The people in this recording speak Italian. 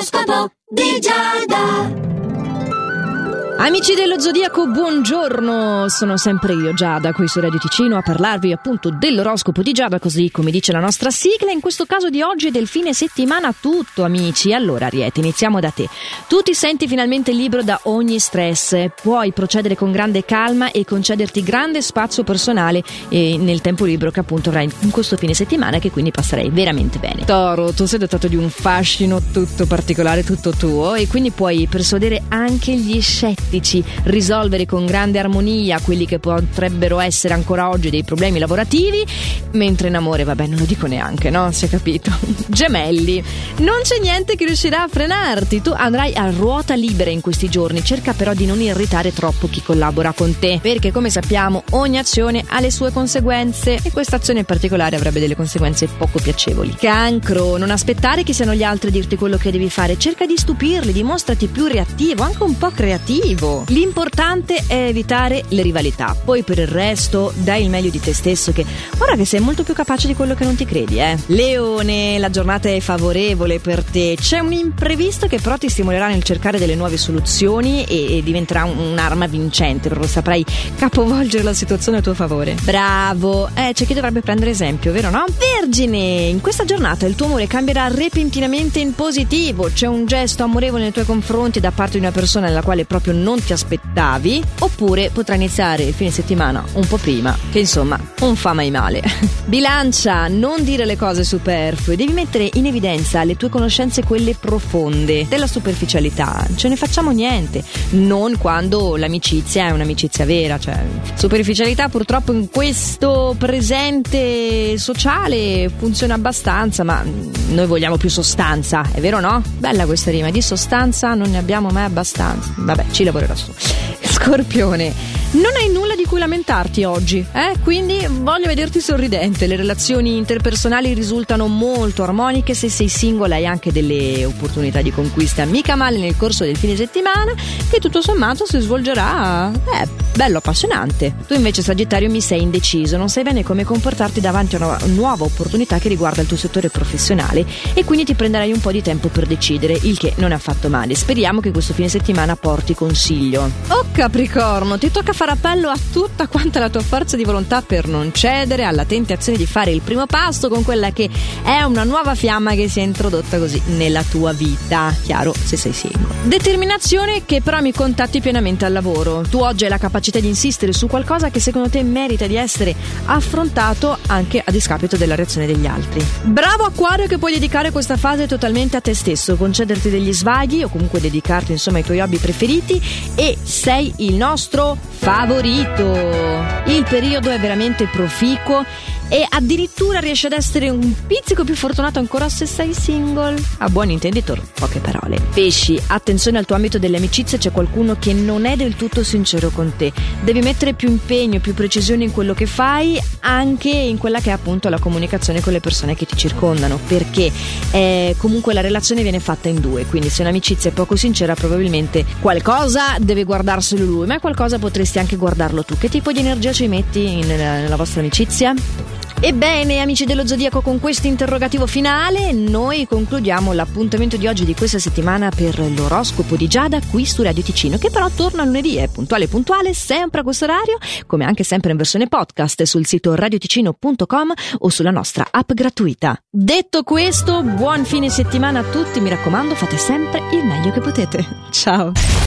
L'oroscopo di Giada. Amici dello Zodiaco, buongiorno, sono sempre io Giada qui su Radio Ticino a parlarvi appunto dell'oroscopo di Giada, così come dice la nostra sigla, in questo caso di oggi e del fine settimana tutto amici. Allora Ariete, iniziamo da te. Tu ti senti finalmente libero da ogni stress, puoi procedere con grande calma e concederti grande spazio personale nel tempo libero che appunto avrai in questo fine settimana, che quindi passerai veramente bene. Toro, tu sei dotato di un fascino tutto particolare, tutto tuo, e quindi puoi persuadere anche gli scettici, risolvere con grande armonia quelli che potrebbero essere ancora oggi dei problemi lavorativi, mentre in amore, vabbè, non lo dico neanche, no? Si è capito. Gemelli, non c'è niente che riuscirà a frenarti, tu andrai a ruota libera in questi giorni, cerca però di non irritare troppo chi collabora con te, perché come sappiamo ogni azione ha le sue conseguenze e questa azione in particolare avrebbe delle conseguenze poco piacevoli. Cancro, non aspettare che siano gli altri a dirti quello che devi fare, cerca di stupirli, dimostrati più reattivo, anche un po' creativo. L'importante è evitare le rivalità, poi per il resto dai il meglio di te stesso, che ora che sei molto più capace di quello che non ti credi, Leone, la giornata è favorevole per te, c'è un imprevisto che però ti stimolerà nel cercare delle nuove soluzioni e diventerà un'arma vincente, proprio saprai capovolgere la situazione a tuo favore. Bravo, c'è chi dovrebbe prendere esempio, vero no? Vergine, in questa giornata il tuo amore cambierà repentinamente in positivo, c'è un gesto amorevole nei tuoi confronti da parte di una persona nella quale proprio non ti aspettavi, oppure potrai iniziare il fine settimana un po' prima, che insomma non fa mai male. Bilancia, non dire le cose superflue, devi mettere in evidenza le tue conoscenze, quelle profonde. Della superficialità ce ne facciamo niente, non quando l'amicizia è un'amicizia vera, cioè superficialità purtroppo in questo presente sociale funziona abbastanza, ma noi vogliamo più sostanza, è vero no? Bella questa rima, di sostanza non ne abbiamo mai abbastanza, vabbè, ci lavorerò su. Scorpione, non hai nulla di cui lamentarti oggi, quindi voglio vederti sorridente. Le relazioni interpersonali risultano molto armoniche, se sei single hai anche delle opportunità di conquista mica male nel corso del fine settimana, che tutto sommato si svolgerà bello appassionante. Tu invece Sagittario mi sei indeciso, non sai bene come comportarti davanti a una nuova opportunità che riguarda il tuo settore professionale e quindi ti prenderai un po' di tempo per decidere, il che non è affatto male. Speriamo che questo fine settimana porti consiglio. Oh Capricorno, ti tocca fare appello a tutta quanta la tua forza di volontà per non cedere alla tentazione di fare il primo passo con quella che è una nuova fiamma che si è introdotta così nella tua vita, chiaro se sei single. Determinazione che però mi contatti pienamente al lavoro. Tu oggi hai la capacità di insistere su qualcosa che secondo te merita di essere affrontato anche a discapito della reazione degli altri. Bravo Acquario, che puoi dedicare questa fase totalmente a te stesso, concederti degli svaghi o comunque dedicarti insomma ai tuoi hobby preferiti, e sei il nostro favorito. Il periodo è veramente proficuo e addirittura riesci ad essere un pizzico più fortunato ancora se sei single. A buon intenditor, poche parole. Pesci, attenzione al tuo ambito delle amicizie, c'è qualcuno che non è del tutto sincero con te. Devi mettere più impegno, più precisione in quello che fai, anche in quella che è appunto la comunicazione con le persone che ti circondano, perché comunque la relazione viene fatta in due, quindi se un'amicizia è poco sincera probabilmente qualcosa deve guardarselo lui, ma qualcosa potresti anche guardarlo tu. Che tipo di energia ci metti nella vostra amicizia? Ebbene, amici dello Zodiaco, con questo interrogativo finale noi concludiamo l'appuntamento di oggi, di questa settimana, per l'oroscopo di Giada qui su Radio Ticino, che però torna lunedì, è puntuale sempre a questo orario, come anche sempre in versione podcast sul sito radioticino.com o sulla nostra app gratuita. Detto questo, buon fine settimana a tutti, mi raccomando, fate sempre il meglio che potete. Ciao!